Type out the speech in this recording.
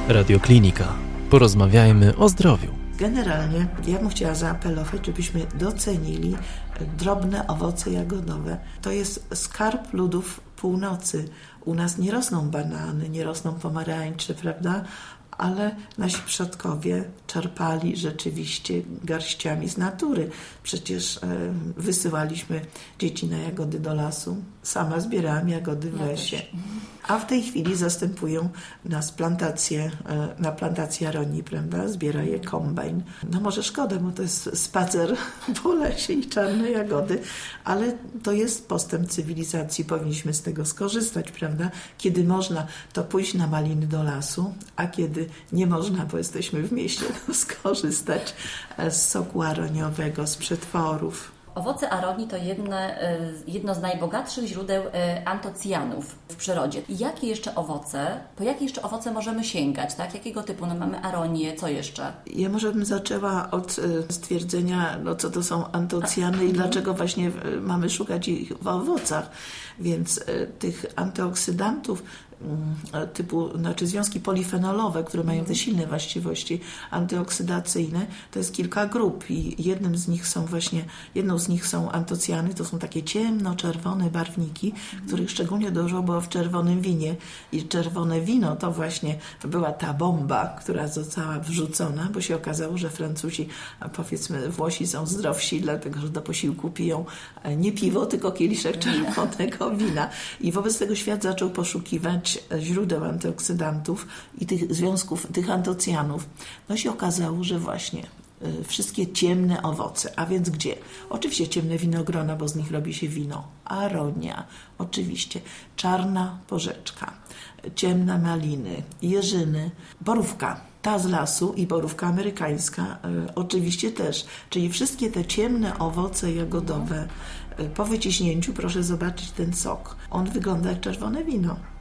Radioklinika. Porozmawiajmy o zdrowiu. Generalnie ja bym chciała zaapelować, żebyśmy docenili drobne owoce jagodowe. To jest skarb ludów północy. U nas nie rosną banany, nie rosną pomarańcze, prawda? Ale nasi przodkowie czerpali rzeczywiście garściami z natury. Przecież wysyłaliśmy dzieci na jagody do lasu. Sama zbierałam jagody w lesie. A w tej chwili zastępują nas plantacje, na plantacji aronii, prawda? Zbiera je kombajn. No może szkoda, bo to jest spacer po lesie i czarne jagody, ale to jest postęp cywilizacji. Powinniśmy z tego skorzystać, prawda? Kiedy można, to pójść na maliny do lasu, a kiedy nie można, bo jesteśmy w mieście, to skorzystać z soku aroniowego, z przetworów. Owoce aronii to jedno z najbogatszych źródeł antocjanów w przyrodzie. Po jakie jeszcze owoce możemy sięgać? Tak? Jakiego typu? No mamy aronię, co jeszcze? Ja może bym zaczęła od stwierdzenia, co to są antocjany i dlaczego właśnie mamy szukać ich w owocach. Więc tych antyoksydantów związki polifenolowe, które mają te silne właściwości antyoksydacyjne, to jest kilka grup i jedną z nich są antocjany, to są takie ciemno-czerwone barwniki, których szczególnie dużo było w czerwonym winie. I czerwone wino to właśnie była ta bomba, która została wrzucona, bo się okazało, że Francuzi, Włosi są zdrowsi, dlatego że do posiłku piją nie piwo, tylko kieliszek czerwonego wina. I wobec tego świat zaczął poszukiwać źródeł antyoksydantów i tych związków, tych antocjanów. No się okazało, że właśnie wszystkie ciemne owoce, a więc gdzie? Oczywiście ciemne winogrona, bo z nich robi się wino. Aronia, oczywiście. Czarna porzeczka, ciemne maliny, jeżyny, borówka. Ta z lasu i borówka amerykańska oczywiście też. Czyli wszystkie te ciemne owoce jagodowe. Po wyciśnięciu proszę zobaczyć ten sok. On wygląda jak czerwone wino.